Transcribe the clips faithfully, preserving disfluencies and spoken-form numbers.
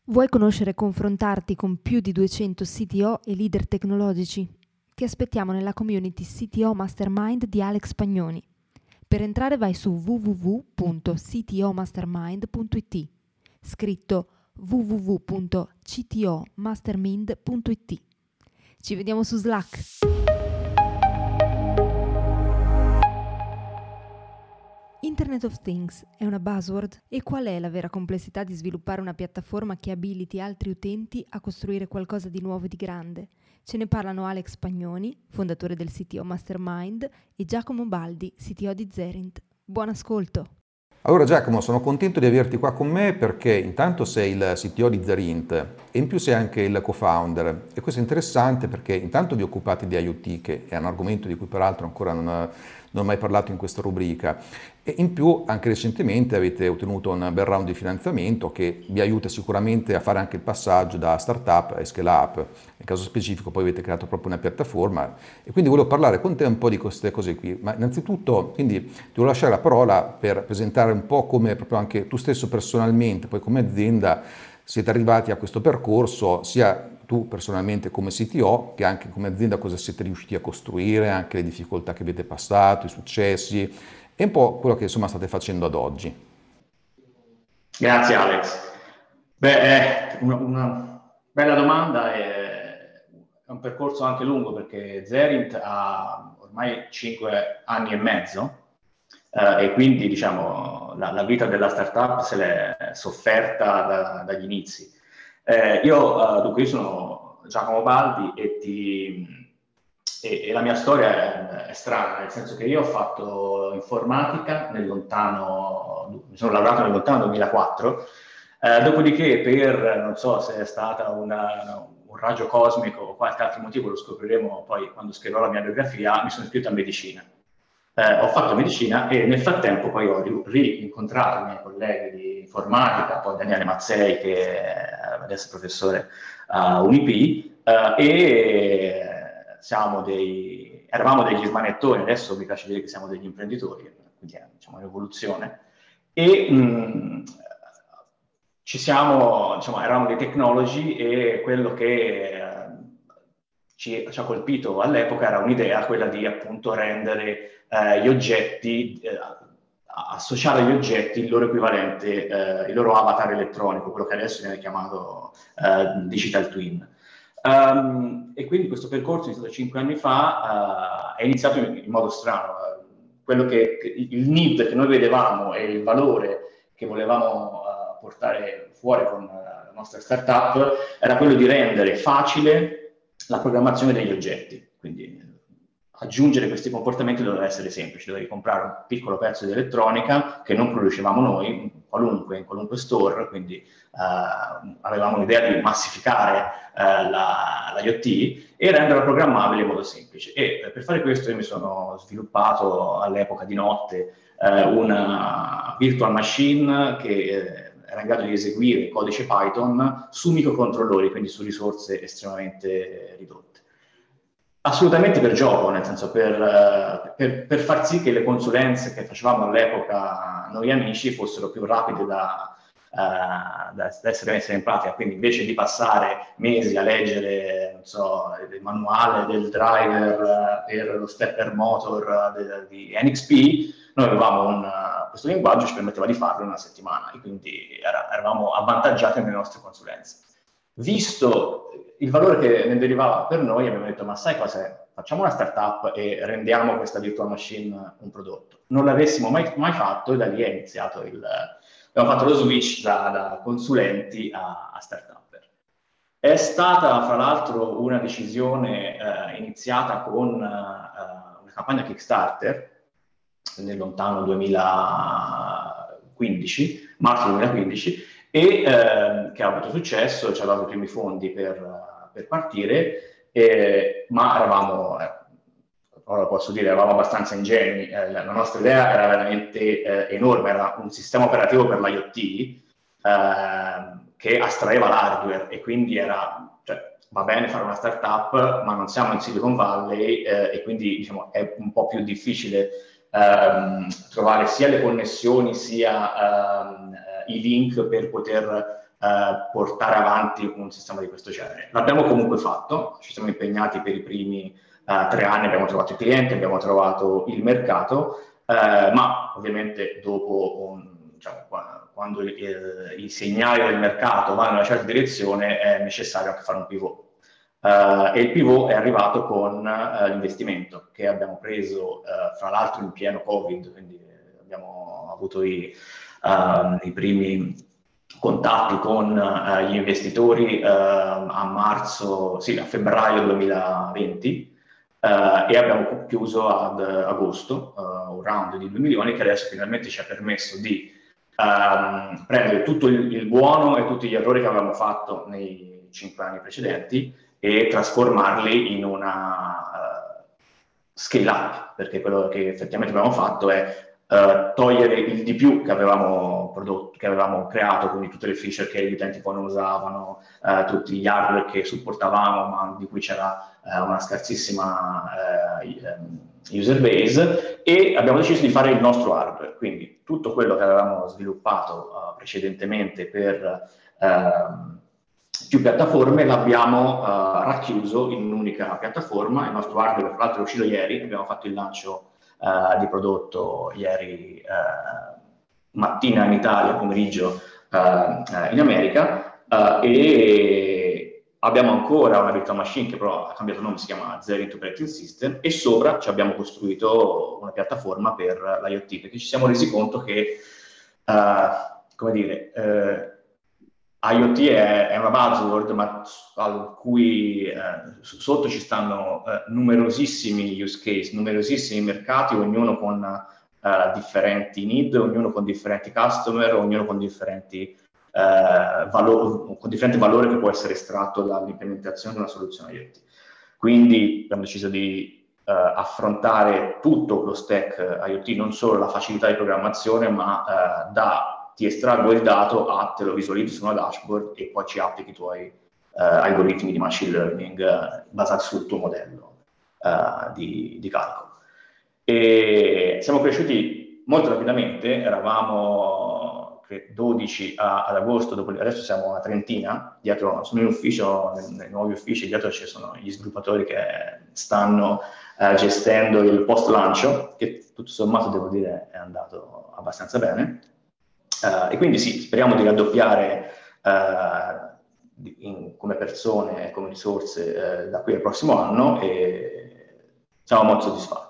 Vuoi conoscere e confrontarti con più di duecento C T O e leader tecnologici? Ti aspettiamo nella community C T O Mastermind di Alex Pagnoni. Per entrare vai su w w w punto c t o mastermind punto i t, scritto w w w punto c t o mastermind punto i t. Ci vediamo su Slack! Internet of Things è una buzzword? E qual è la vera complessità di sviluppare una piattaforma che abiliti altri utenti a costruire qualcosa di nuovo e di grande? Ce ne parlano Alex Pagnoni, fondatore del C T O Mastermind, e Giacomo Baldi, C T O di Zerint. Buon ascolto! Allora Giacomo, sono contento di averti qua con me perché intanto sei il C T O di Zerint e in più sei anche il co-founder, e questo è interessante perché intanto vi occupate di IoT, che è un argomento di cui peraltro ancora non, non ho mai parlato in questa rubrica, e in più anche recentemente avete ottenuto un bel round di finanziamento che vi aiuta sicuramente a fare anche il passaggio da startup a scale up. Nel caso specifico poi avete creato proprio una piattaforma e quindi volevo parlare con te un po' di queste cose qui, ma innanzitutto quindi ti volevo lasciare la parola per presentare un po' come proprio anche tu stesso personalmente, poi come azienda siete arrivati a questo percorso, sia tu personalmente come C T O che anche come azienda, cosa siete riusciti a costruire, anche le difficoltà che avete passato, i successi e un po' quello che insomma state facendo ad oggi. Grazie Alex. Beh, è una, una bella domanda, è, è un percorso anche lungo perché Zerint ha ormai cinque anni e mezzo eh, e quindi diciamo la, la vita della startup se l'è sofferta da, dagli inizi. Eh, io, eh, dunque, io sono Giacomo Baldi e, ti, e, e la mia storia è, è strana, nel senso che io ho fatto informatica nel lontano, mi sono laureato nel lontano duemilaquattro, eh, dopodiché per, non so se è stata una, un raggio cosmico o qualche altro motivo, lo scopriremo poi quando scriverò la mia biografia, mi sono iscritto a medicina. Eh, ho fatto medicina e nel frattempo poi ho rincontrato i miei colleghi di informatica, poi Daniele Mazzei che adesso è professore a Unipi, eh, e siamo dei, eravamo degli smanettoni, adesso mi piace dire che siamo degli imprenditori, quindi è diciamo, un'evoluzione, e mh, ci siamo, diciamo, eravamo dei technology e quello che eh, ci, ci ha colpito all'epoca era un'idea, quella di appunto rendere eh, gli oggetti, eh, associare agli oggetti il loro equivalente, eh, il loro avatar elettronico, quello che adesso viene chiamato eh, digital twin. Um, e quindi questo percorso iniziato cinque anni fa uh, è iniziato in, in modo strano. Quello che, che il need che noi vedevamo e il valore che volevamo uh, portare fuori con la nostra startup era quello di rendere facile la programmazione degli oggetti. Quindi aggiungere questi comportamenti doveva essere semplice, dovevi comprare un piccolo pezzo di elettronica che non producevamo noi, qualunque, in qualunque store, quindi eh, avevamo l'idea di massificare eh, la, l'IoT e renderla programmabile in modo semplice. E eh, per fare questo io mi sono sviluppato all'epoca di notte eh, una virtual machine che eh, era in grado di eseguire codice Python su microcontrollori, quindi su risorse estremamente ridotte. Assolutamente per gioco, nel senso per, per, per far sì che le consulenze che facevamo all'epoca noi amici fossero più rapide da, uh, da, da essere messe in pratica. Quindi invece di passare mesi a leggere, non so, il manuale del driver uh, per lo stepper motor uh, di N X P, noi avevamo un, uh, questo linguaggio che ci permetteva di farlo in una settimana e quindi era, eravamo avvantaggiati nelle nostre consulenze. Visto il valore che ne derivava per noi, abbiamo detto, ma sai cosa? Facciamo una startup e rendiamo questa virtual machine un prodotto. Non l'avessimo mai, mai fatto e da lì è iniziato il... abbiamo fatto lo switch da, da consulenti a, a startupper. È stata, fra l'altro, una decisione eh, iniziata con eh, una campagna Kickstarter nel lontano duemilaquindici, marzo duemilaquindici, e eh, che ha avuto successo, ci ha dato i primi fondi per, per partire, eh, ma eravamo, eh, ora posso dire, eravamo abbastanza ingenui, eh, la nostra idea era veramente eh, enorme, era un sistema operativo per l'IoT eh, che astraeva l'hardware e quindi era, cioè, va bene fare una startup, ma non siamo in Silicon Valley eh, e quindi diciamo, è un po' più difficile ehm, trovare sia le connessioni sia ehm, i link per poter portare avanti un sistema di questo genere. L'abbiamo comunque fatto, ci siamo impegnati per i primi uh, tre anni, abbiamo trovato i clienti, abbiamo trovato il mercato, uh, ma ovviamente dopo, un, diciamo, quando il, i segnali del mercato vanno in una certa direzione è necessario anche fare un pivot. Uh, e il pivot è arrivato con uh, l'investimento che abbiamo preso uh, fra l'altro in pieno Covid, quindi abbiamo avuto i, uh, i primi contatti con uh, gli investitori uh, a marzo, sì, a febbraio duemilaventi uh, e abbiamo chiuso ad agosto uh, un round di due milioni che adesso finalmente ci ha permesso di um, prendere tutto il, il buono e tutti gli errori che avevamo fatto nei cinque anni precedenti e trasformarli in una uh, scale up, perché quello che effettivamente abbiamo fatto è Uh, togliere il di più che avevamo prodotto, che avevamo creato, quindi tutte le feature che gli utenti poi non usavano, uh, tutti gli hardware che supportavamo ma di cui c'era uh, una scarsissima uh, user base, e abbiamo deciso di fare il nostro hardware, quindi tutto quello che avevamo sviluppato uh, precedentemente per uh, più piattaforme l'abbiamo uh, racchiuso in un'unica piattaforma. Il nostro hardware, tra l'altro, è uscito ieri, abbiamo fatto il lancio Uh, di prodotto ieri uh, mattina in Italia, pomeriggio uh, uh, in America, uh, e abbiamo ancora una virtual machine che però ha cambiato nome, si chiama Zerint Operating System, e sopra ci abbiamo costruito una piattaforma per l'IoT, perché ci siamo resi conto che, uh, come dire, uh, IoT è, è una buzzword, ma al cui eh, sotto ci stanno eh, numerosissimi use case, numerosissimi mercati, ognuno con eh, differenti need, ognuno con differenti customer, ognuno con differenti, eh, valo- con differente valore che può essere estratto dall'implementazione di una soluzione IoT. Quindi abbiamo deciso di eh, affrontare tutto lo stack IoT, non solo la facilità di programmazione, ma eh, da ti estraggo il dato, a, te lo visualizzi su una dashboard e poi ci applichi i tuoi uh, algoritmi di machine learning uh, basati sul tuo modello uh, di, di calcolo. E siamo cresciuti molto rapidamente, eravamo dodici a, ad agosto, dopo, adesso siamo una trentina, dietro, sono in ufficio, nei, nei nuovi uffici, dietro ci sono gli sviluppatori che stanno uh, gestendo il post-lancio, che tutto sommato devo dire è andato abbastanza bene. Uh, e quindi sì, speriamo di raddoppiare uh, in, come persone e come risorse uh, da qui al prossimo anno, e siamo molto soddisfatti.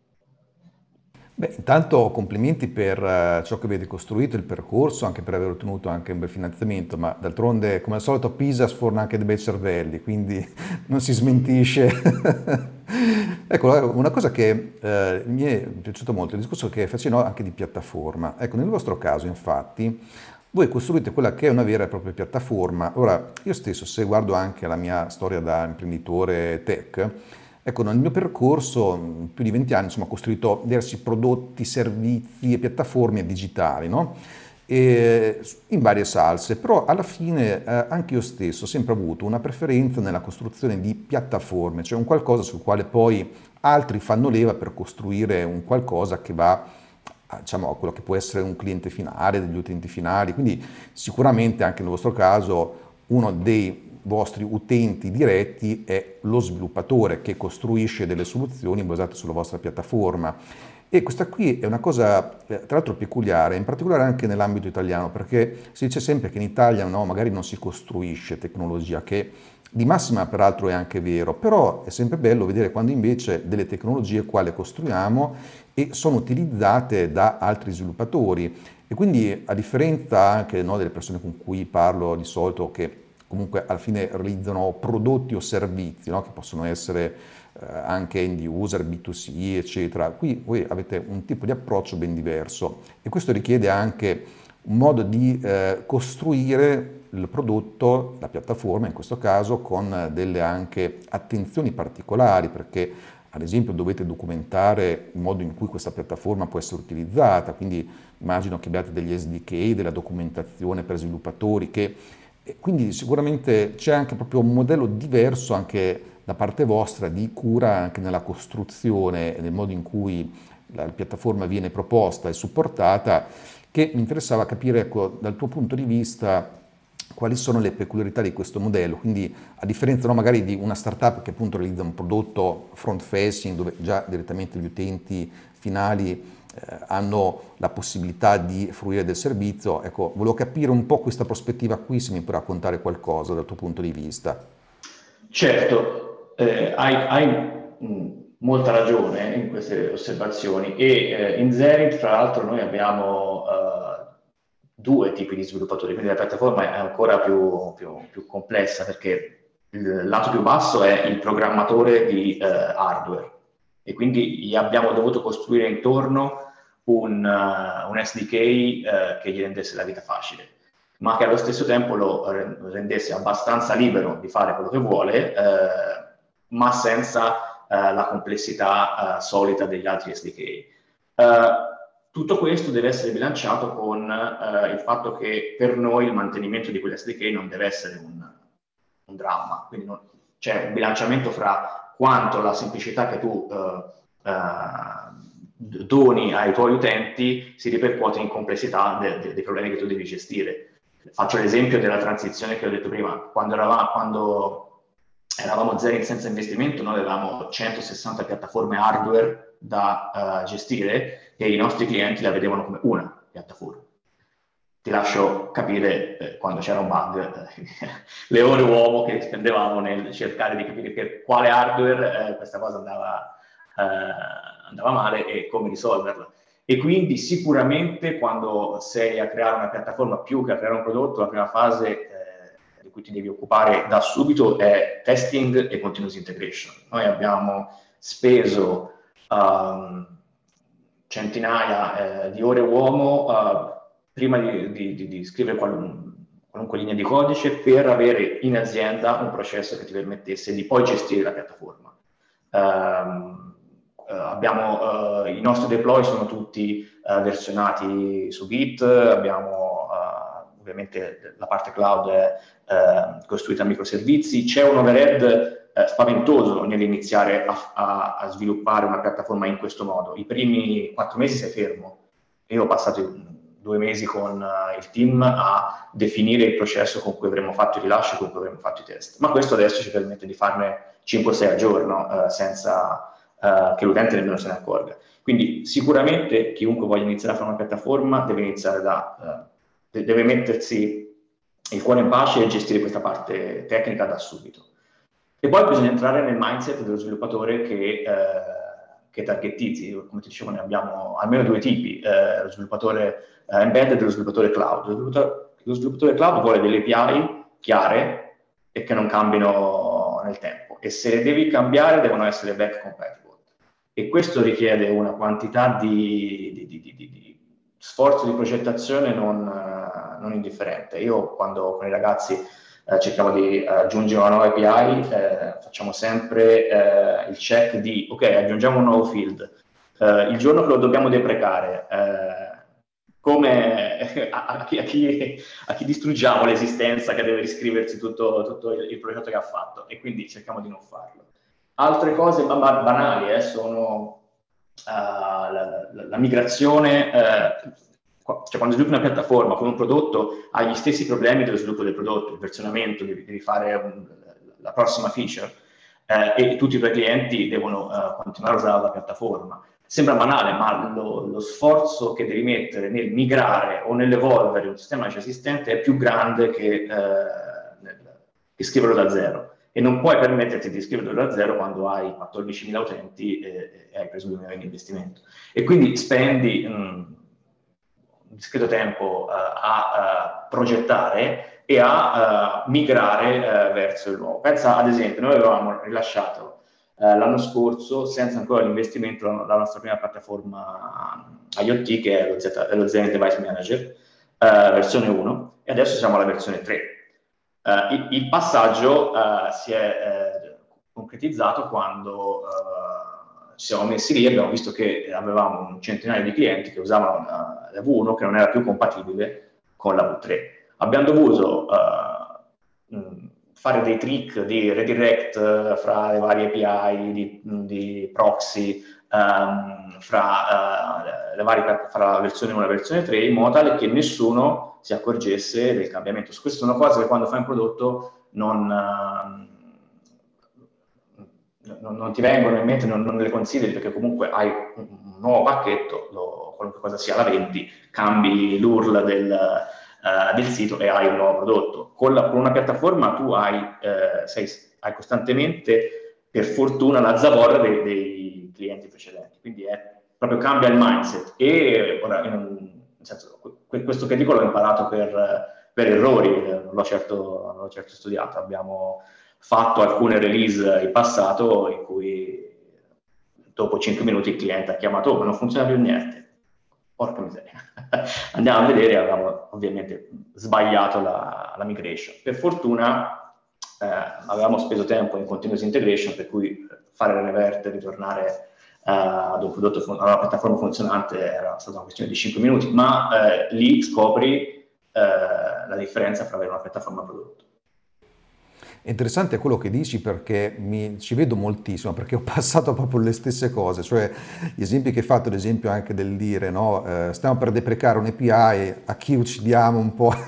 Beh, intanto complimenti per uh, ciò che avete costruito, il percorso, anche per aver ottenuto anche un bel finanziamento, ma d'altronde, come al solito, Pisa sforna anche dei bei cervelli, quindi non si smentisce. Ecco, una cosa che eh, mi è piaciuto molto, il discorso che facevano anche di piattaforma. Ecco, nel vostro caso, infatti, voi costruite quella che è una vera e propria piattaforma. Ora, io stesso, se guardo anche la mia storia da imprenditore tech, ecco, nel mio percorso, in più di venti anni, insomma, ho costruito diversi prodotti, servizi e piattaforme digitali, no? E in varie salse, però alla fine eh, anche io stesso ho sempre avuto una preferenza nella costruzione di piattaforme, cioè un qualcosa sul quale poi altri fanno leva per costruire un qualcosa che va a, diciamo, a quello che può essere un cliente finale, degli utenti finali. Quindi sicuramente anche nel vostro caso uno dei vostri utenti diretti è lo sviluppatore che costruisce delle soluzioni basate sulla vostra piattaforma. E questa qui è una cosa eh, tra l'altro peculiare, in particolare anche nell'ambito italiano, perché si dice sempre che in Italia no, magari non si costruisce tecnologia, che di massima peraltro è anche vero, però è sempre bello vedere quando invece delle tecnologie qua le costruiamo e sono utilizzate da altri sviluppatori. E quindi, a differenza anche no, delle persone con cui parlo di solito, che comunque alla fine realizzano prodotti o servizi, no, che possono essere anche end user, B due C, eccetera. Qui voi avete un tipo di approccio ben diverso e questo richiede anche un modo di eh, costruire il prodotto, la piattaforma in questo caso, con delle anche attenzioni particolari, perché ad esempio dovete documentare il modo in cui questa piattaforma può essere utilizzata, quindi immagino che abbiate degli S D K, della documentazione per sviluppatori, che e quindi sicuramente c'è anche proprio un modello diverso anche da parte vostra di cura anche nella costruzione e nel modo in cui la piattaforma viene proposta e supportata, che mi interessava capire, ecco, dal tuo punto di vista quali sono le peculiarità di questo modello, quindi a differenza no, magari di una startup che appunto realizza un prodotto front facing dove già direttamente gli utenti finali eh, hanno la possibilità di fruire del servizio, ecco, volevo capire un po' questa prospettiva qui, se mi puoi raccontare qualcosa dal tuo punto di vista. Certo, eh, hai, hai mh, molta ragione in queste osservazioni e eh, in Xerit tra l'altro noi abbiamo uh, due tipi di sviluppatori, quindi la piattaforma è ancora più, più, più complessa perché il lato più basso è il programmatore di uh, hardware e quindi gli abbiamo dovuto costruire intorno un, uh, un S D K uh, che gli rendesse la vita facile, ma che allo stesso tempo lo rendesse abbastanza libero di fare quello che vuole, eh, ma senza eh, la complessità eh, solita degli altri S D K. Eh, tutto questo deve essere bilanciato con eh, il fatto che per noi il mantenimento di quell'S D K non deve essere un, un dramma, quindi non, c'è un bilanciamento fra quanto la semplicità che tu eh, eh, doni ai tuoi utenti si ripercuote in complessità de, de, dei problemi che tu devi gestire. Faccio l'esempio della transizione che ho detto prima. Quando eravamo, quando eravamo Xerit senza investimento, noi avevamo centosessanta piattaforme hardware da uh, gestire e i nostri clienti la vedevano come una piattaforma. Ti lascio capire eh, quando c'era un bug, eh, le ore uomo che spendevamo nel cercare di capire per quale hardware eh, questa cosa andava, eh, andava male e come risolverla. E quindi sicuramente quando sei a creare una piattaforma più che a creare un prodotto, la prima fase eh, di cui ti devi occupare da subito è testing e continuous integration. Noi abbiamo speso um, centinaia eh, di ore uomo uh, prima di, di, di, di scrivere qualun, qualunque linea di codice per avere in azienda un processo che ti permettesse di poi gestire la piattaforma. Um, Uh, abbiamo, uh, i nostri deploy sono tutti uh, versionati su Git, abbiamo uh, ovviamente la parte cloud è uh, costruita a microservizi, c'è un overhead uh, spaventoso nell'iniziare a, a, a sviluppare una piattaforma in questo modo. I primi quattro mesi sei fermo, io ho passato due mesi con uh, il team a definire il processo con cui avremmo fatto i rilasci, con cui avremmo fatto i test, ma questo adesso ci permette di farne cinque sei al giorno uh, senza Uh, che l'utente nemmeno se ne accorga. Quindi sicuramente chiunque voglia iniziare a fare una piattaforma deve iniziare da, uh, de- deve mettersi il cuore in pace e gestire questa parte tecnica da subito. E poi bisogna entrare nel mindset dello sviluppatore che, uh, che targetizzi. Come ti dicevo, ne abbiamo almeno due tipi, uh, lo sviluppatore uh, embedded e lo sviluppatore cloud. Lo sviluppatore, lo sviluppatore cloud vuole delle A P I chiare e che non cambino nel tempo, e se le devi cambiare devono essere back compatible. E questo richiede una quantità di, di, di, di, di sforzo di progettazione non, uh, non indifferente. Io quando con i ragazzi uh, cerchiamo di uh, aggiungere una nuova A P I, eh, facciamo sempre uh, il check di, ok, aggiungiamo un nuovo field. Uh, il giorno che lo dobbiamo deprecare, uh, come, a, a, chi, a, chi, a chi distruggiamo l'esistenza che deve riscriversi tutto, tutto il, il progetto che ha fatto? E quindi cerchiamo di non farlo. Altre cose banali eh, sono uh, la, la, la migrazione, uh, cioè quando sviluppi una piattaforma con un prodotto hai gli stessi problemi dello sviluppo del prodotto, il versionamento, devi, devi fare un, la prossima feature uh, e tutti i tuoi clienti devono uh, continuare a usare la piattaforma. Sembra banale, ma lo, lo sforzo che devi mettere nel migrare o nell'evolvere un sistema già esistente è più grande che, uh, nel, che scriverlo da zero. E non puoi permetterti di scriverlo da zero quando hai quattordicimila utenti e, e hai preso due milioni di investimento. E quindi spendi mh, un discreto tempo uh, a uh, progettare e a uh, migrare uh, verso il nuovo. Pensa ad esempio, noi avevamo rilasciato uh, l'anno scorso, senza ancora l'investimento, la, la nostra prima piattaforma IoT, che è lo, Z, è lo Xerit Device Manager, uh, versione uno, e adesso siamo alla versione tre. Uh, il, il passaggio uh, si è uh, concretizzato quando uh, ci siamo messi lì e abbiamo visto che avevamo un centinaio di clienti che usavano uh, la V uno che non era più compatibile con la V tre. Abbiamo dovuto uh, mh, fare dei trick di redirect uh, fra le varie A P I, di, di proxy, uh, ehm, fra, eh, le varie, fra la versione uno e la versione tre, in modo tale che nessuno si accorgesse del cambiamento. Queste sono cose che quando fai un prodotto non, eh, non, non ti vengono in mente, non, non le consideri, perché comunque hai un, un nuovo pacchetto, lo, qualunque cosa sia, la vendi, cambi l'U R L del... Uh, del sito e hai un nuovo prodotto. Con, la, con una piattaforma tu hai, uh, sei, hai costantemente, per fortuna, la zavorra dei, dei clienti precedenti, quindi è, proprio cambia il mindset. E ora, in un, nel senso, questo che dico l'ho imparato per, per errori, non l'ho, certo, non l'ho certo studiato. Abbiamo fatto alcune release in passato in cui dopo cinque minuti il cliente ha chiamato, oh, ma non funziona più niente. Porca miseria. Andiamo a vedere, avevamo ovviamente sbagliato la, la migration. Per fortuna eh, avevamo speso tempo in continuous integration, per cui fare revert e ritornare eh, ad un prodotto, a una piattaforma funzionante era stata una questione di cinque minuti, ma eh, lì scopri eh, la differenza tra avere una piattaforma e un prodotto. È interessante quello che dici, perché mi, ci vedo moltissimo, perché ho passato proprio le stesse cose, cioè gli esempi che hai fatto, ad esempio anche del dire, no, eh, stiamo per deprecare un A P I, a chi uccidiamo un po',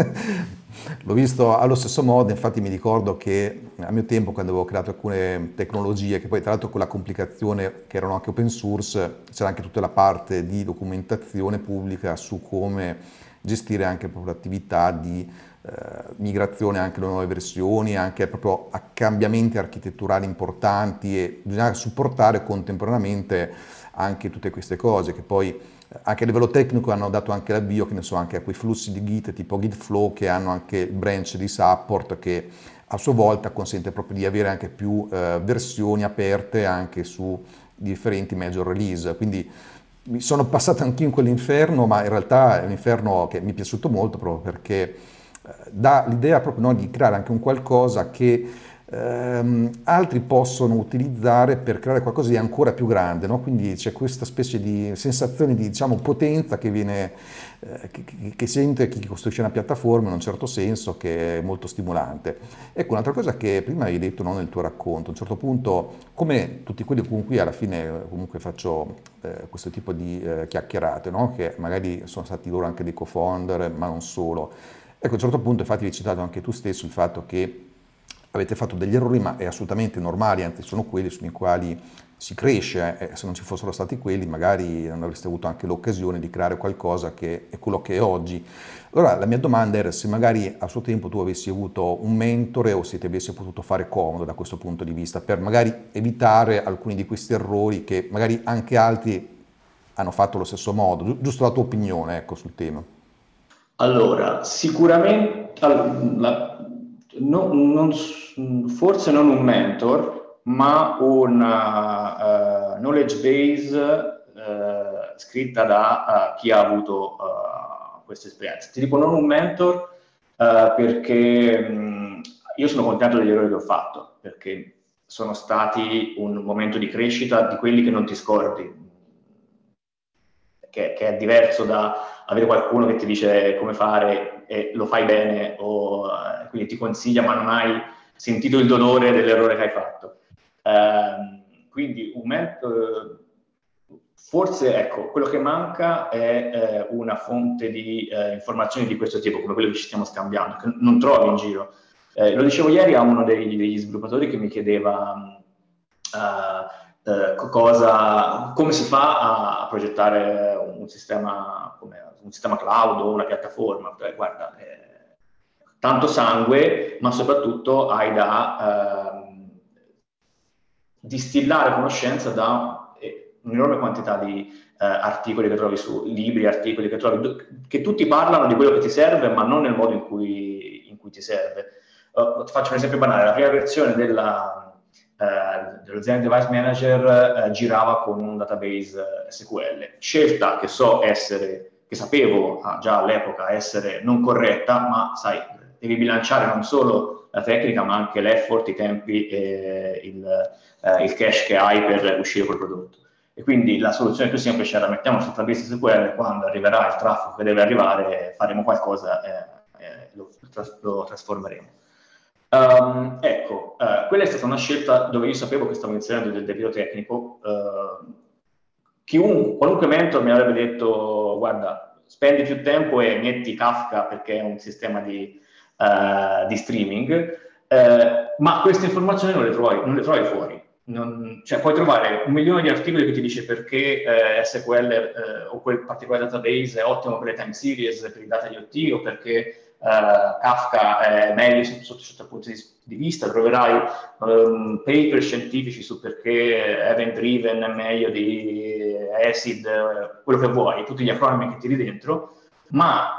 l'ho visto allo stesso modo. Infatti mi ricordo che a mio tempo, quando avevo creato alcune tecnologie, che poi tra l'altro con la complicazione che erano anche open source, c'era anche tutta la parte di documentazione pubblica su come gestire anche proprio l'attività di Uh, migrazione anche alle nuove versioni, anche proprio a cambiamenti architetturali importanti, e bisogna supportare contemporaneamente anche tutte queste cose che poi anche a livello tecnico hanno dato anche l'avvio, che ne so, anche a quei flussi di Git tipo Gitflow, che hanno anche il branch di support che a sua volta consente proprio di avere anche più uh, versioni aperte anche su differenti major release. Quindi mi sono passato anch'io in quell'inferno, ma in realtà è un inferno che mi è piaciuto molto, proprio perché dà l'idea proprio, no, di creare anche un qualcosa che ehm, altri possono utilizzare per creare qualcosa di ancora più grande, no? Quindi c'è questa specie di sensazione di, diciamo, potenza che viene eh, che, che sente chi costruisce una piattaforma, in un certo senso, che è molto stimolante. Ecco, un'altra cosa che prima hai detto, no, nel tuo racconto, a un certo punto, come tutti quelli con cui alla fine comunque faccio eh, questo tipo di eh, chiacchierate, no? Che magari sono stati loro anche dei co-founder, ma non solo. Ecco, a un certo punto, infatti, hai citato anche tu stesso il fatto che avete fatto degli errori, ma è assolutamente normale, anzi sono quelli sui quali si cresce, e se non ci fossero stati quelli magari non avreste avuto anche l'occasione di creare qualcosa che è quello che è oggi. Allora la mia domanda era se magari a suo tempo tu avessi avuto un mentore, o se ti avessi potuto fare comodo da questo punto di vista, per magari evitare alcuni di questi errori che magari anche altri hanno fatto allo stesso modo. Giusto la tua opinione, ecco, sul tema. Allora, sicuramente, la, no, non, forse non un mentor, ma una uh, knowledge base uh, scritta da uh, chi ha avuto uh, questa esperienza. Ti dico non un mentor uh, perché um, io sono contento degli errori che ho fatto, perché sono stati un momento di crescita di quelli che non ti scordi, che, che è diverso da avere qualcuno che ti dice come fare e lo fai bene, o eh, quindi ti consiglia, ma non hai sentito il dolore dell'errore che hai fatto. Eh, quindi un mentor, forse, ecco, quello che manca è eh, una fonte di eh, informazioni di questo tipo, come quello che ci stiamo scambiando, che non trovi in giro. Eh, lo dicevo ieri a uno degli, degli sviluppatori che mi chiedeva uh, uh, cosa, come si fa a, a progettare un sistema come un sistema cloud o una piattaforma. Cioè, guarda, eh, tanto sangue, ma soprattutto hai da eh, distillare conoscenza da eh, un'enorme quantità di eh, articoli che trovi su libri, articoli che trovi, che tutti parlano di quello che ti serve, ma non nel modo in cui, in cui ti serve. Uh, ti faccio un esempio banale: la prima versione della, uh, dello Zen Device Manager uh, girava con un database uh, S Q L, scelta che so essere che sapevo ah, già all'epoca essere non corretta, ma sai, devi bilanciare non solo la tecnica, ma anche l'effort, i tempi e il, eh, il cache che hai per uscire col prodotto. E quindi la soluzione più semplice era: mettiamo sul database S Q L, quando arriverà il traffico che deve arrivare faremo qualcosa e eh, lo, lo trasformeremo. Um, ecco, uh, quella è stata una scelta dove io sapevo che stavo inserendo del debito tecnico, uh, chiunque, qualunque mentor mi avrebbe detto, guarda, spendi più tempo e metti Kafka perché è un sistema di, uh, di streaming, uh, ma queste informazioni non le trovi, non le trovi fuori. Non, cioè, puoi trovare un milione di articoli che ti dice perché eh, S Q L eh, o quel particolare database è ottimo per le time series, per i data I O T, o perché Uh, Kafka è meglio sotto certi punti di, di vista. Troverai um, paper scientifici su perché event driven è meglio di ACID, uh, quello che vuoi, tutti gli acronimi che tiri dentro, ma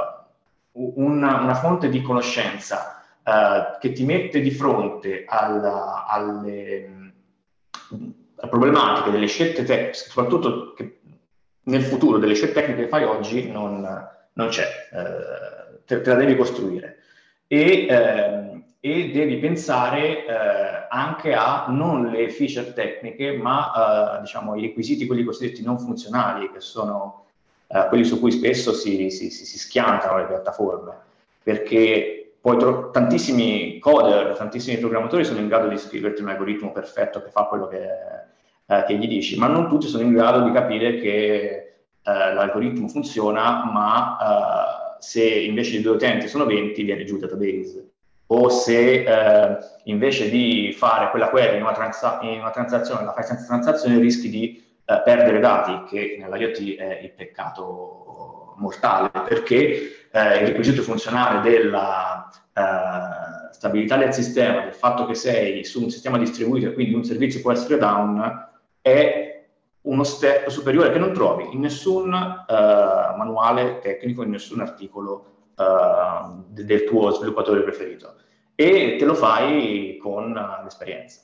uh, una, una fonte di conoscenza uh, che ti mette di fronte alla, alle, alle problematiche delle scelte tecniche, soprattutto che nel futuro delle scelte tecniche che fai oggi, non, non c'è. Uh, Te, te la devi costruire e, eh, e devi pensare eh, anche a non le feature tecniche, ma eh, diciamo i requisiti, quelli cosiddetti non funzionali, che sono eh, quelli su cui spesso si, si, si, si schiantano le piattaforme, perché poi tro- tantissimi coder, tantissimi programmatori sono in grado di scriverti un algoritmo perfetto che fa quello che, eh, che gli dici, ma non tutti sono in grado di capire che eh, l'algoritmo funziona, ma eh, se invece di due utenti sono venti, viene giù il database, o se eh, invece di fare quella query in una, transa- in una transazione la fai senza transazione, rischi di eh, perdere dati, che nell'IoT è il peccato mortale, perché eh, il requisito funzionale della eh, stabilità del sistema, del fatto che sei su un sistema distribuito e quindi un servizio può essere down, è uno step superiore che non trovi in nessun uh, manuale tecnico, in nessun articolo uh, de- del tuo sviluppatore preferito, e te lo fai con uh, l'esperienza.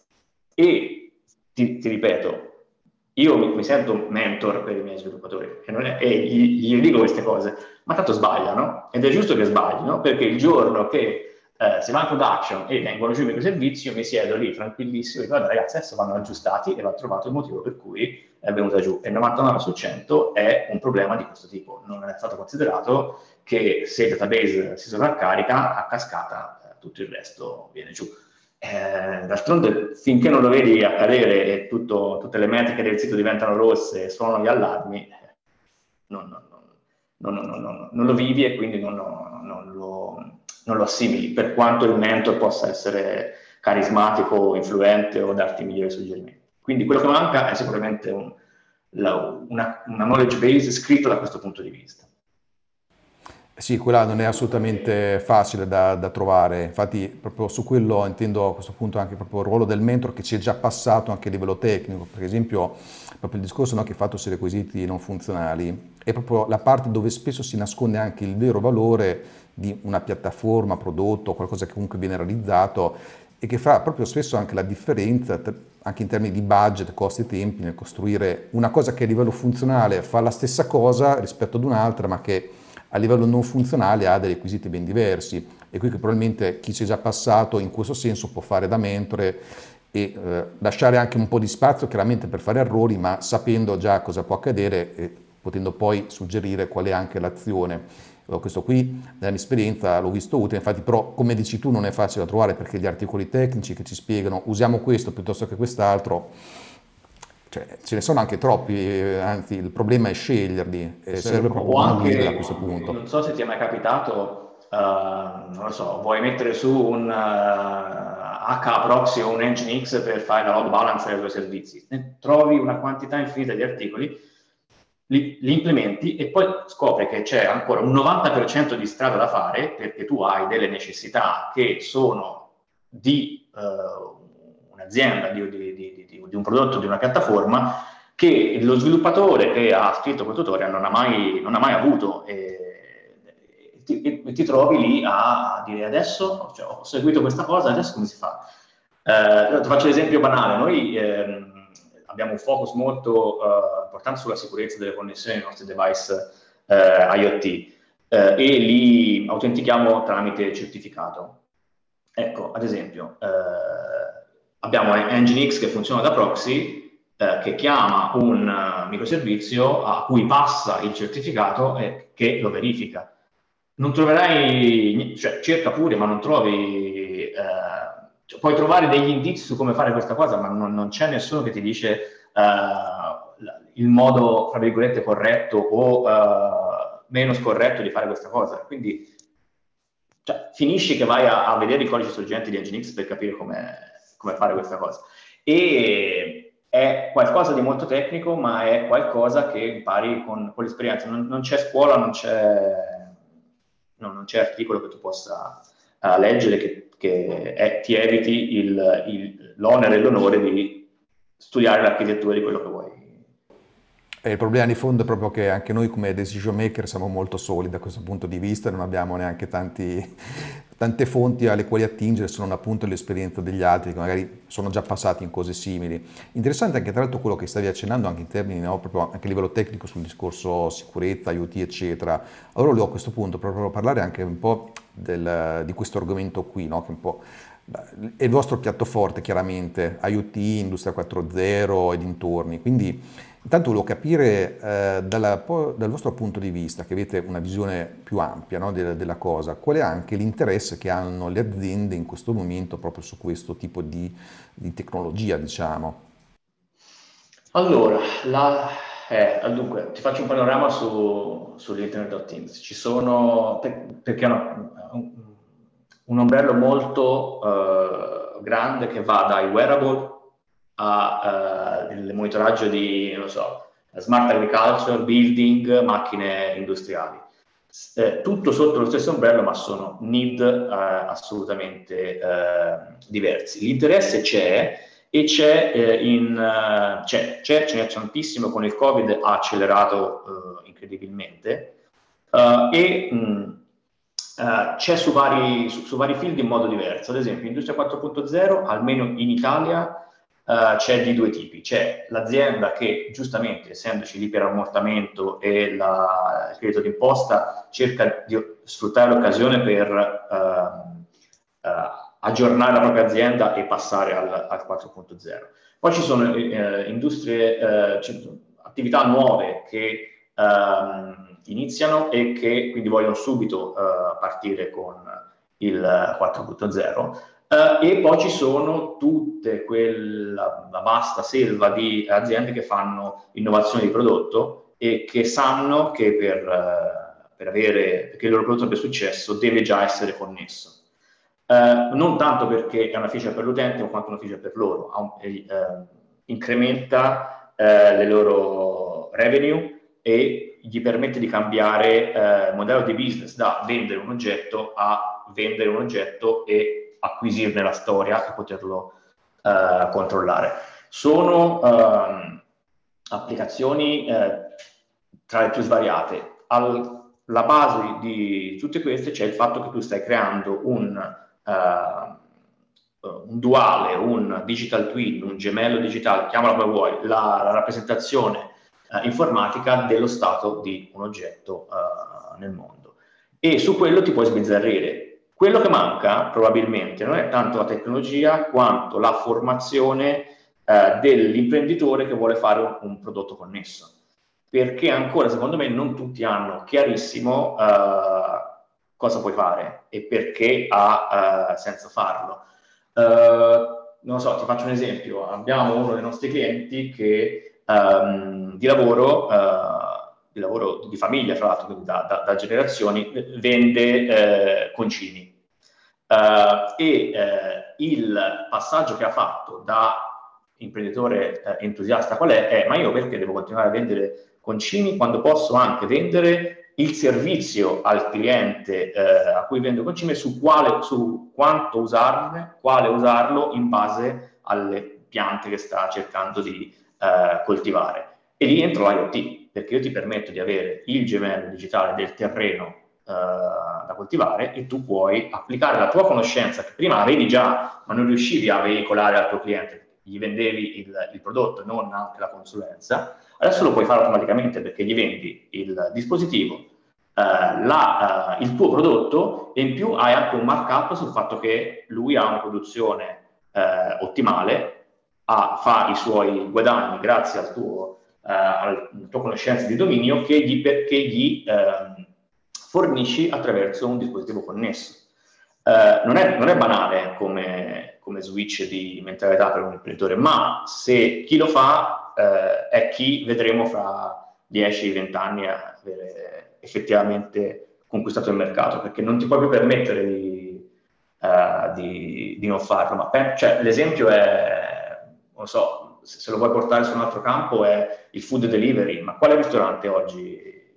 E ti, ti ripeto, io mi, mi sento mentor per i miei sviluppatori e, non è, e gli, gli dico queste cose, ma tanto sbagliano, ed è giusto che sbaglino, perché il giorno che Uh, se va in production e vengono giù i microservizi, io mi siedo lì tranquillissimo e dico, guarda ragazzi, adesso vanno aggiustati e va trovato il motivo per cui è venuta giù. E il novantanove su cento è un problema di questo tipo. Non è stato considerato che se il database si sovraccarica, a cascata eh, tutto il resto viene giù. Eh, d'altronde, finché non lo vedi accadere e tutto, tutte le metriche del sito diventano rosse e suonano gli allarmi, eh, non, non, non, non, non, non, non lo vivi e quindi non, non, non lo... non lo assimili, per quanto il mentor possa essere carismatico, influente o darti migliori suggerimenti. Quindi quello che manca è sicuramente un, la, una, una knowledge base scritta da questo punto di vista. Sì, quella non è assolutamente facile da, da trovare, infatti proprio su quello intendo a questo punto anche proprio il ruolo del mentor che ci è già passato anche a livello tecnico, per esempio proprio il discorso, no, che hai fatto sui requisiti non funzionali è proprio la parte dove spesso si nasconde anche il vero valore di una piattaforma, prodotto, qualcosa che comunque viene realizzato e che fa proprio spesso anche la differenza anche in termini di budget, costi e tempi nel costruire una cosa che a livello funzionale fa la stessa cosa rispetto ad un'altra, ma che a livello non funzionale ha dei requisiti ben diversi, e qui che probabilmente chi ci è già passato in questo senso può fare da mentore e eh, lasciare anche un po' di spazio chiaramente per fare errori, ma sapendo già cosa può accadere e potendo poi suggerire qual è anche l'azione. Questo qui nella mia esperienza l'ho visto utile, infatti, però come dici tu non è facile da trovare, perché gli articoli tecnici che ci spiegano usiamo questo piuttosto che quest'altro, cioè, ce ne sono anche troppi, anzi il problema è sceglierli, e serve proprio o una anche, guida a questo punto. non so se ti è mai capitato, uh, non lo so, vuoi mettere su un uh, H proxy o un Nginx per fare la load balancer dei tuoi servizi, ne trovi una quantità infinita di articoli, li, li implementi e poi scopri che c'è ancora un novanta per cento di strada da fare, perché tu hai delle necessità che sono di uh, un'azienda, di, di, di, di, di un prodotto, di una piattaforma, che lo sviluppatore che ha scritto quel tutorial non ha mai, non ha mai avuto, e, e, ti, e ti trovi lì a dire adesso, cioè, ho seguito questa cosa, adesso come si fa? Eh, ti faccio l'esempio banale, noi ehm, abbiamo un focus molto eh, importante sulla sicurezza delle connessioni dei nostri device eh, IoT eh, e li autentichiamo tramite certificato. Ecco, ad esempio, eh, abbiamo Nginx che funziona da proxy, eh, che chiama un uh, microservizio a cui passa il certificato e che lo verifica. Non troverai, cioè cerca pure, ma non trovi, eh, cioè, puoi trovare degli indizi su come fare questa cosa, ma non, non c'è nessuno che ti dice uh, il modo, tra virgolette, corretto o uh, meno scorretto di fare questa cosa. Quindi cioè, finisci che vai a, a vedere i codici sorgenti di Nginx per capire come fare questa cosa. E è qualcosa di molto tecnico, ma è qualcosa che impari con, con l'esperienza. Non, non c'è scuola, non c'è, no, non c'è articolo che tu possa uh, leggere che, che è, ti eviti il, il, l'onere e l'onore di studiare l'architettura di quello che vuoi. E il problema di fondo è proprio che anche noi come decision maker siamo molto soli da questo punto di vista, non abbiamo neanche tanti, tante fonti alle quali attingere se non appunto l'esperienza degli altri che magari sono già passati in cose simili. Interessante anche tra l'altro quello che stavi accennando anche in termini, no, proprio anche a livello tecnico sul discorso sicurezza, IoT eccetera. Allora volevo a questo punto proprio parlare anche un po' del, di questo argomento qui, no, che un po' è il vostro piatto forte chiaramente, IoT, Industria quattro punto zero e dintorni, quindi intanto volevo capire eh, dalla, dal vostro punto di vista, che avete una visione più ampia, no, della, della cosa, qual è anche l'interesse che hanno le aziende in questo momento proprio su questo tipo di, di tecnologia, diciamo? Allora, la, eh, dunque, ti faccio un panorama su, sull'Internet of Things. Ci sono, per, perché è una, un, un ombrello molto uh, grande che va dai wearable a uh, il monitoraggio di, non so, smart agriculture, building, macchine industriali. Eh, tutto sotto lo stesso ombrello, ma sono need eh, assolutamente eh, diversi. L'interesse c'è e c'è, eh, in, uh, c'è, c'è, ce n'è tantissimo, con il Covid ha accelerato uh, incredibilmente uh, e mh, uh, c'è su vari, su, su vari field in modo diverso. Ad esempio, Industria quattro punto zero, almeno in Italia, Uh, c'è di due tipi. C'è l'azienda che, giustamente, essendoci l'iperammortamento e la, il credito d'imposta, cerca di sfruttare l'occasione per uh, uh, aggiornare la propria azienda e passare al, al quattro punto zero. Poi ci sono uh, industrie, uh, attività nuove che uh, iniziano e che quindi vogliono subito uh, partire con il quattro punto zero. Uh, e poi ci sono tutte quella la vasta selva di aziende che fanno innovazione di prodotto e che sanno che per, uh, per avere, perché il loro prodotto abbia successo deve già essere connesso. Uh, non tanto perché è una feature per l'utente, ma quanto una feature per loro. Un, uh, incrementa uh, le loro revenue e gli permette di cambiare il uh, modello di business da vendere un oggetto a vendere un oggetto e acquisirne la storia e poterlo uh, controllare. Sono uh, applicazioni uh, tra le più svariate. Alla base di tutte queste c'è il fatto che tu stai creando un, uh, un duale, un digital twin, un gemello digitale, chiamalo come vuoi, la, la rappresentazione uh, informatica dello stato di un oggetto uh, nel mondo. E su quello ti puoi sbizzarrire. Quello che manca probabilmente non è tanto la tecnologia quanto la formazione eh, dell'imprenditore che vuole fare un, un prodotto connesso, perché ancora secondo me non tutti hanno chiarissimo eh, cosa puoi fare e perché ha eh, senso farlo. Eh, non so, ti faccio un esempio. Abbiamo uno dei nostri clienti che ehm, di lavoro eh, di lavoro di famiglia, fra l'altro, quindi da, da, da generazioni, vende eh, concimi. Uh, e eh, il passaggio che ha fatto da imprenditore eh, entusiasta qual è? È, ma io perché devo continuare a vendere concimi quando posso anche vendere il servizio al cliente eh, a cui vendo concimi su, quale, su quanto usarne, quale usarlo in base alle piante che sta cercando di eh, coltivare. E lì entra l'IoT, perché io ti permetto di avere il gemello digitale del terreno uh, da coltivare e tu puoi applicare la tua conoscenza che prima avevi già, ma non riuscivi a veicolare al tuo cliente, gli vendevi il, il prodotto e non anche la consulenza, adesso lo puoi fare automaticamente perché gli vendi il dispositivo, uh, la, uh, il tuo prodotto e in più hai anche un markup sul fatto che lui ha una produzione uh, ottimale, ha, fa i suoi guadagni grazie al tuo Uh, alla tua conoscenza di dominio che gli, che gli uh, fornisci attraverso un dispositivo connesso. Uh, non, è, non è banale come, come switch di mentalità per un imprenditore, ma se chi lo fa eh, è chi vedremo fra dieci venti anni a avere effettivamente conquistato il mercato, perché non ti puoi più permettere di, uh, di, di non farlo. Ma per, cioè, l'esempio è, non so, se, se lo vuoi portare su un altro campo, è il food delivery. Ma quale ristorante oggi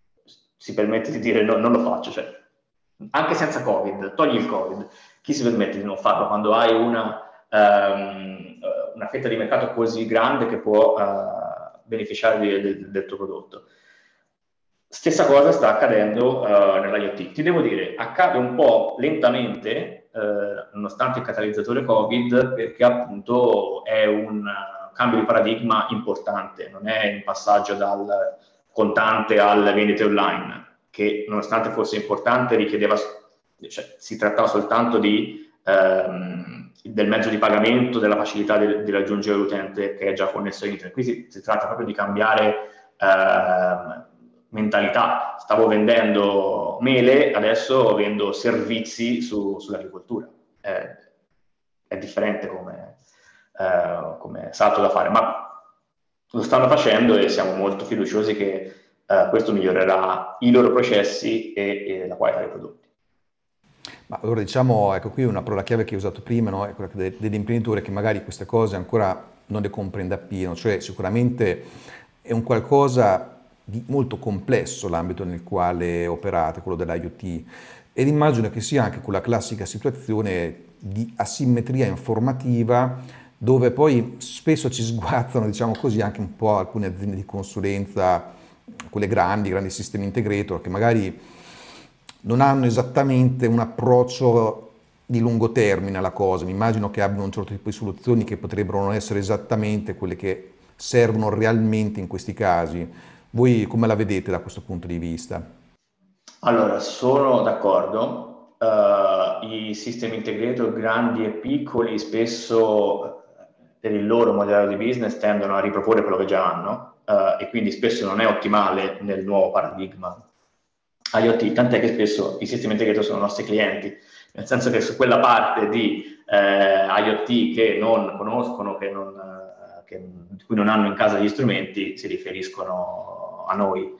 si permette di dire no, non lo faccio? Cioè, anche senza Covid, togli il Covid, chi si permette di non farlo quando hai una, um, una fetta di mercato così grande che può uh, beneficiare di, del, del tuo prodotto? Stessa cosa sta accadendo uh, nell'IoT. Ti devo dire, accade un po' lentamente, uh, nonostante il catalizzatore Covid, perché appunto è un uh, cambio di paradigma importante, non è un passaggio dal contante alle vendite online, che nonostante fosse importante richiedeva, cioè, si trattava soltanto di, um, del mezzo di pagamento, della facilità di, di raggiungere l'utente che è già connesso a internet. Qui si, si tratta proprio di cambiare uh, mentalità. Stavo vendendo mele, adesso vendo servizi su, sull'agricoltura. È, è differente come, uh, come salto da fare, ma lo stanno facendo e siamo molto fiduciosi che uh, questo migliorerà i loro processi e, e la qualità dei prodotti. Ma allora diciamo, ecco qui una parola chiave che hai usato prima, no? È quella de- dell'imprenditore che magari queste cose ancora non le comprende appieno, cioè sicuramente è un qualcosa di molto complesso l'ambito nel quale operate, quello dell'IoT, ed immagino che sia anche quella classica situazione di asimmetria informativa dove poi spesso ci sguazzano, diciamo così, anche un po' alcune aziende di consulenza, quelle grandi, grandi sistemi integrator, che magari non hanno esattamente un approccio di lungo termine alla cosa. Mi immagino che abbiano un certo tipo di soluzioni che potrebbero non essere esattamente quelle che servono realmente in questi casi. Voi come la vedete da questo punto di vista? Allora, sono d'accordo. Uh, I sistemi integrator grandi e piccoli spesso per il loro modello di business tendono a riproporre quello che già hanno uh, e quindi spesso non è ottimale nel nuovo paradigma IoT, tant'è che spesso i sistemi integrator sono nostri clienti, nel senso che su quella parte di eh, IoT che non conoscono, che non, eh, che, di cui non hanno in casa gli strumenti, si riferiscono a noi.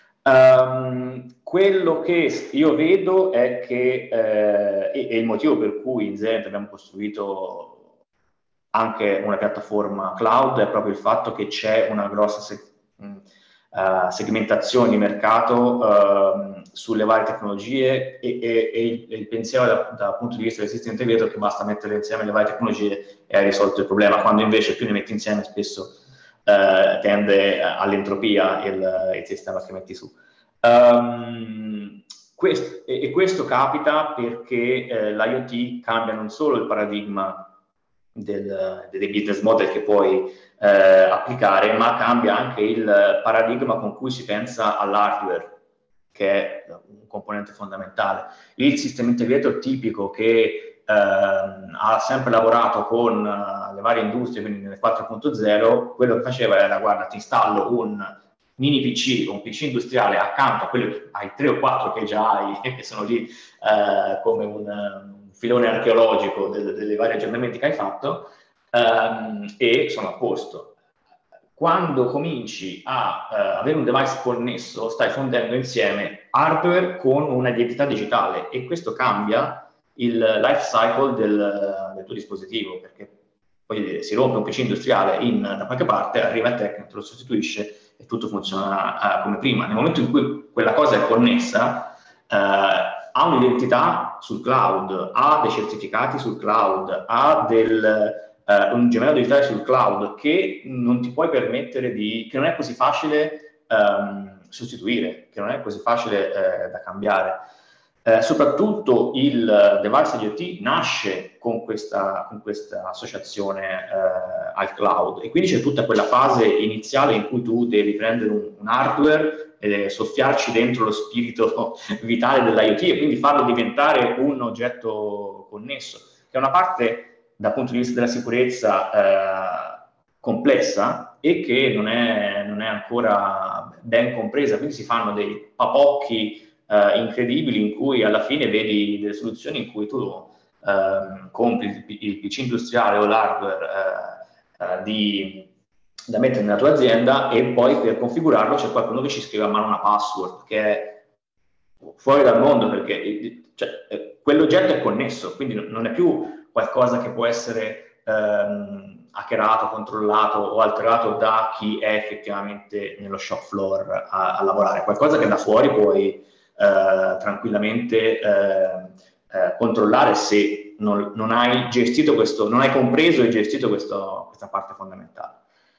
Um, quello che io vedo è che, eh, e, e il motivo per cui in Zenit abbiamo costruito anche una piattaforma cloud è proprio il fatto che c'è una grossa se- uh, segmentazione di mercato uh, sulle varie tecnologie e, e, e, il, e il pensiero da, dal punto di vista del sistema integrator che basta mettere insieme le varie tecnologie e hai risolto il problema, quando invece più ne metti insieme spesso Uh, tende all'entropia il, il sistema che metti su. Um, quest- e, e questo capita perché eh, l'IoT cambia non solo il paradigma del, dei business model che puoi eh, applicare, ma cambia anche il paradigma con cui si pensa all'hardware, che è un componente fondamentale. Il sistema integrator tipico che Uh, ha sempre lavorato con uh, le varie industrie, quindi nelle quattro punto zero, quello che faceva era, guarda, ti installo un mini P C, un P C industriale accanto a quelli, ai tre o quattro che già hai, che sono lì uh, come un, un filone archeologico del, delle vari aggiornamenti che hai fatto, um, e sono a posto. Quando cominci a uh, avere un device connesso, stai fondendo insieme hardware con una identità digitale e questo cambia il life cycle del, del tuo dispositivo, perché voglio dire, si rompe un P C industriale in, da qualche parte, arriva il tecnico, te lo sostituisce e tutto funziona uh, come prima. Nel momento in cui quella cosa è connessa, uh, ha un'identità sul cloud, ha dei certificati sul cloud, ha del, uh, un gemello digitale sul cloud che non ti puoi permettere di, che non è così facile um, sostituire, che non è così facile uh, da cambiare. Eh, soprattutto il device IoT nasce con questa, con questa associazione eh, al cloud e quindi c'è tutta quella fase iniziale in cui tu devi prendere un, un hardware e soffiarci dentro lo spirito vitale dell'IoT e quindi farlo diventare un oggetto connesso, che è una parte dal punto di vista della sicurezza eh, complessa e che non è, non è ancora ben compresa, quindi si fanno dei papocchi Uh, incredibili in cui alla fine vedi delle soluzioni in cui tu uh, compri il, il P C industriale o l'hardware uh, uh, di, da mettere nella tua azienda, e poi per configurarlo c'è qualcuno che ci scrive a mano una password che è fuori dal mondo, perché cioè, quell'oggetto è connesso, quindi non è più qualcosa che può essere ehm, hackerato, controllato o alterato da chi è effettivamente nello shop floor a, a lavorare, qualcosa che da fuori puoi eh, tranquillamente eh, eh, controllare se non, non hai gestito questo, non hai compreso e gestito questo, questa parte fondamentale.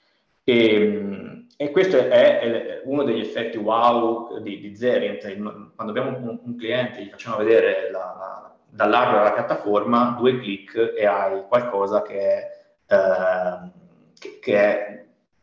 E, e questo è, è uno degli effetti wow di, di Zerint. Quando abbiamo un, un cliente, gli facciamo vedere la, la, dall'hardware alla piattaforma, due clic e hai qualcosa che è, eh, che, che è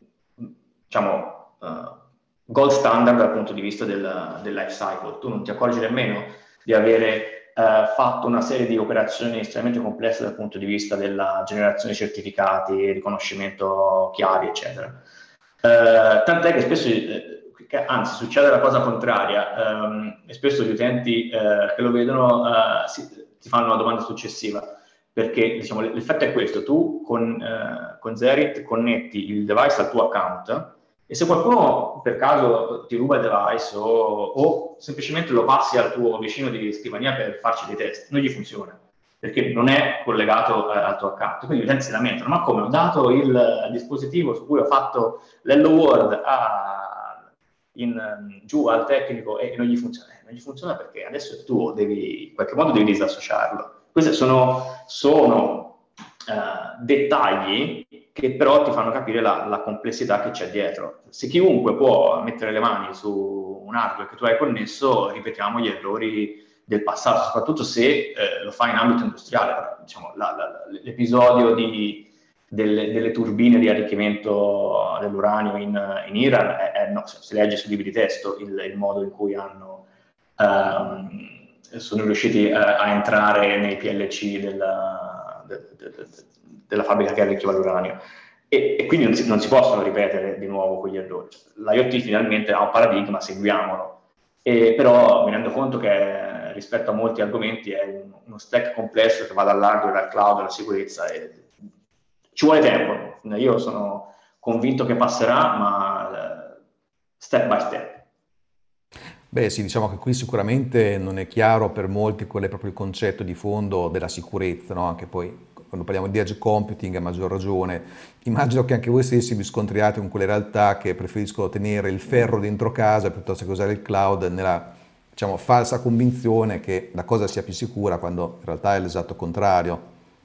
diciamo, uh, gold standard dal punto di vista del, del life cycle. Tu non ti accorgi nemmeno di avere uh, fatto una serie di operazioni estremamente complesse dal punto di vista della generazione di certificati, riconoscimento chiavi, eccetera. Uh, tant'è che spesso, eh, che, anzi, succede la cosa contraria, um, e spesso gli utenti uh, che lo vedono uh, si, ti fanno una domanda successiva, perché diciamo, l'effetto è questo: tu con, uh, con Zerint connetti il device al tuo account, e se qualcuno per caso ti ruba il device o, o semplicemente lo passi al tuo vicino di scrivania per farci dei test, non gli funziona, perché non è collegato eh, al tuo account. Quindi gli utenti si lamentano: ma come, ho dato il dispositivo su cui ho fatto l'Hello World a, in, giù al tecnico e non gli funziona? Eh, non gli funziona perché adesso è tuo, devi, in qualche modo devi disassociarlo. Questi sono, sono uh, dettagli che però ti fanno capire la, la complessità che c'è dietro. Se chiunque può mettere le mani su un hardware che tu hai connesso, ripetiamo gli errori del passato, soprattutto se eh, lo fai in ambito industriale. Diciamo, la, la, l'episodio di, delle, delle turbine di arricchimento dell'uranio in, in Iran, è, è, no, si legge sui libri di testo il, il modo in cui hanno, um, sono riusciti a, a entrare nei P L C della, de, de, de, della fabbrica che arricchiva l'uranio. E, e quindi non si, non si possono ripetere di nuovo quegli errori. L'IoT finalmente ha un paradigma, seguiamolo. E però mi rendo conto che rispetto a molti argomenti è un, uno stack complesso che va dall'hardware al cloud alla sicurezza, e ci vuole tempo. Io sono convinto che passerà, ma step by step. Beh sì, diciamo che qui sicuramente non è chiaro per molti qual è proprio il concetto di fondo della sicurezza, no? Anche poi quando parliamo di edge computing a maggior ragione, immagino che anche voi stessi vi scontriate con quelle realtà che preferiscono tenere il ferro dentro casa piuttosto che usare il cloud, nella, diciamo, falsa convinzione che la cosa sia più sicura, quando in realtà è l'esatto contrario.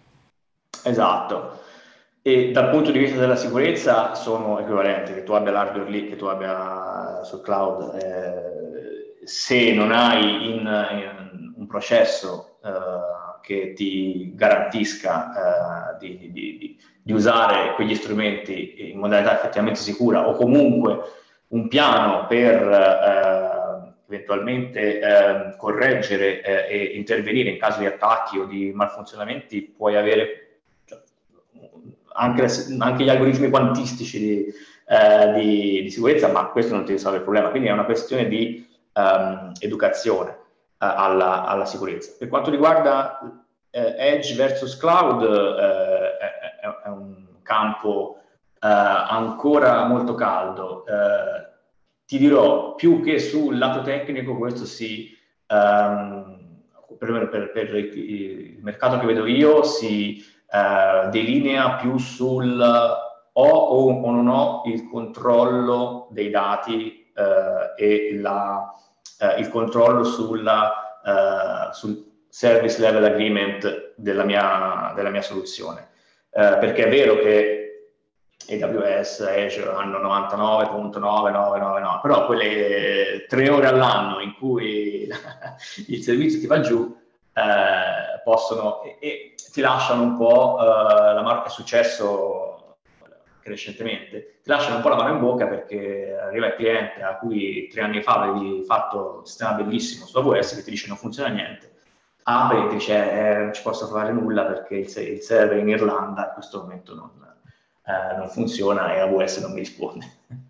Esatto. E dal punto di vista della sicurezza sono equivalenti, che tu abbia l'hardware lì, che tu abbia sul cloud. Eh, se non hai in, in un processo eh, che ti garantisca eh, di, di, di usare quegli strumenti in modalità effettivamente sicura, o comunque un piano per eh, eventualmente eh, correggere eh, e intervenire in caso di attacchi o di malfunzionamenti, puoi avere Anche, anche gli algoritmi quantistici di, eh, di, di sicurezza, ma questo non ti risolve il problema. Quindi è una questione di um, educazione uh, alla, alla sicurezza. Per quanto riguarda uh, Edge versus Cloud, uh, è, è un campo uh, ancora molto caldo. Uh, ti dirò, più che sul lato tecnico, questo si, um, per, per, per il mercato che vedo io, si Uh, delinea più sul ho o, o non ho il controllo dei dati uh, e la, uh, il controllo sulla, uh, sul service level agreement della mia, della mia soluzione. Uh, perché è vero che A W S, Azure hanno novantanove virgola novecentonovantanove, però quelle tre ore all'anno in cui il servizio ti va giù uh, possono... E, e, ti lasciano un po' uh, la mano, è successo recentemente, ti lasciano un po' la mano in bocca, perché arriva il cliente a cui tre anni fa avevi fatto un sistema bellissimo su A W S che ti dice non funziona niente, apri e ti dice eh, non ci posso fare nulla perché il, il server in Irlanda in questo momento non, eh, non funziona e A W S non mi risponde.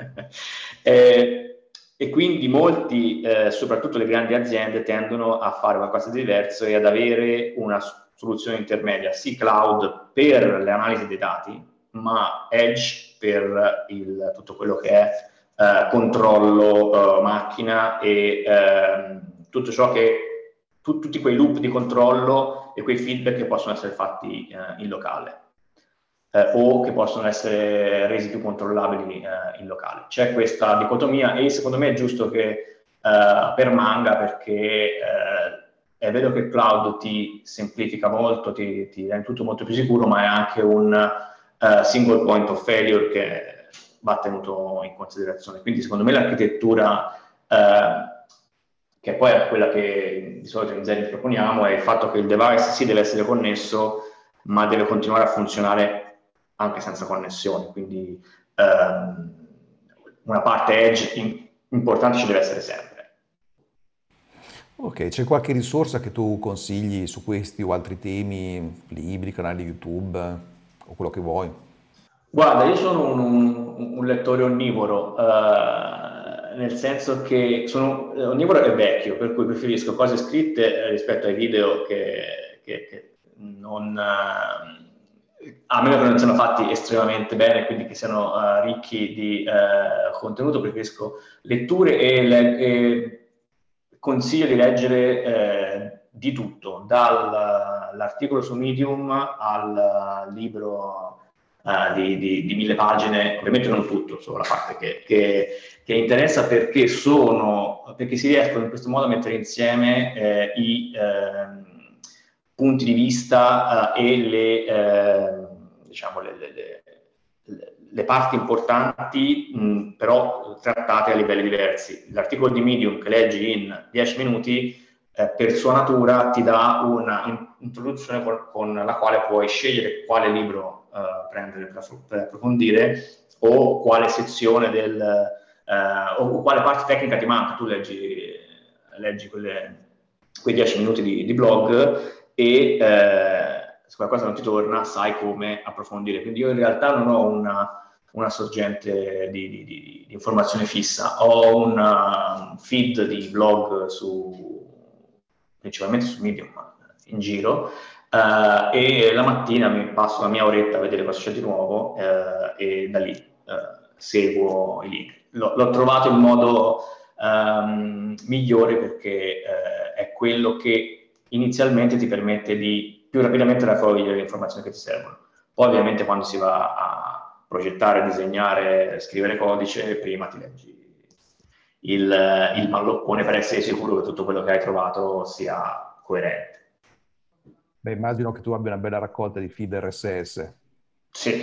e, E quindi molti, eh, soprattutto le grandi aziende, tendono a fare qualcosa di diverso e ad avere una soluzione intermedia, sì cloud per le analisi dei dati, ma Edge per il, tutto quello che è eh, controllo eh, macchina e eh, tutto ciò che, tu, tutti quei loop di controllo e quei feedback che possono essere fatti eh, in locale. Eh, o che possono essere resi più controllabili eh, in locale. C'è questa dicotomia e secondo me è giusto che eh, permanga, perché eh, è vero che il cloud ti semplifica molto, ti, ti rende tutto molto più sicuro, ma è anche un uh, single point of failure che va tenuto in considerazione. Quindi secondo me l'architettura, uh, che poi è quella che di solito in Zenith proponiamo, è il fatto che il device sì deve essere connesso, ma deve continuare a funzionare anche senza connessione, quindi um, una parte edge in, importante ci deve essere sempre. Ok, c'è qualche risorsa che tu consigli su questi o altri temi, libri, canali YouTube o quello che vuoi? Guarda, io sono un, un, un lettore onnivoro, uh, nel senso che sono onnivoro e vecchio, per cui preferisco cose scritte rispetto ai video che, che, che non... Uh, a meno che non siano fatti estremamente bene, quindi che siano uh, ricchi di uh, contenuto, preferisco letture e, le, e consiglio di leggere eh, di tutto, dall'articolo su Medium al libro uh, di, di, di mille pagine, ovviamente non tutto, solo la parte che, che, che interessa, perché, sono, perché si riescono in questo modo a mettere insieme eh, i... Eh, punti di vista uh, e le, eh, diciamo le, le, le, le parti importanti, mh, però trattate a livelli diversi. L'articolo di Medium che leggi in dieci minuti, eh, per sua natura ti dà una introduzione con, con la quale puoi scegliere quale libro uh, prendere per, per approfondire, o quale sezione del, uh, o quale parte tecnica ti manca. Tu leggi, leggi quelle, quei dieci minuti di, di blog e eh, se qualcosa non ti torna sai come approfondire. Quindi io in realtà non ho una, una sorgente di, di, di, di informazione fissa, ho un feed di blog su, principalmente su Medium, in giro, eh, e la mattina mi passo la mia oretta a vedere cosa c'è di nuovo eh, e da lì eh, seguo i link. L- l'ho trovato il modo um, migliore, perché eh, è quello che inizialmente ti permette di più rapidamente raccogliere le informazioni che ti servono. Poi ovviamente quando si va a progettare, disegnare, scrivere codice, prima ti leggi il, il malloppone per essere sicuro che tutto quello che hai trovato sia coerente. Beh, immagino che tu abbia una bella raccolta di feed R S S. Sì,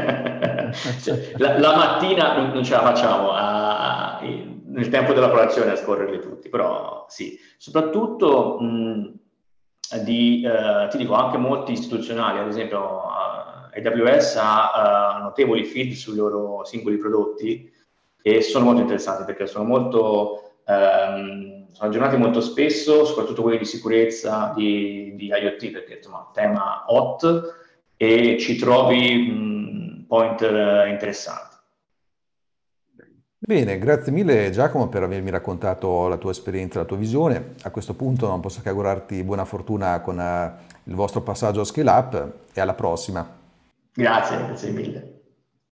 cioè, la, la mattina non, non ce la facciamo a, a, nel tempo della colazione a scorrerli tutti, però sì, soprattutto mh, di, eh, ti dico, anche molti istituzionali, ad esempio uh, A W S ha uh, notevoli feed sui loro singoli prodotti e sono molto interessanti, perché sono molto um, sono aggiornati molto spesso, soprattutto quelli di sicurezza di, di IoT, perché insomma tema hot, e ci trovi mh, pointer interessanti. Bene, grazie mille Giacomo per avermi raccontato la tua esperienza, la tua visione. A questo punto non posso che augurarti buona fortuna con uh, il vostro passaggio a Scale Up e alla prossima. Grazie, grazie mille.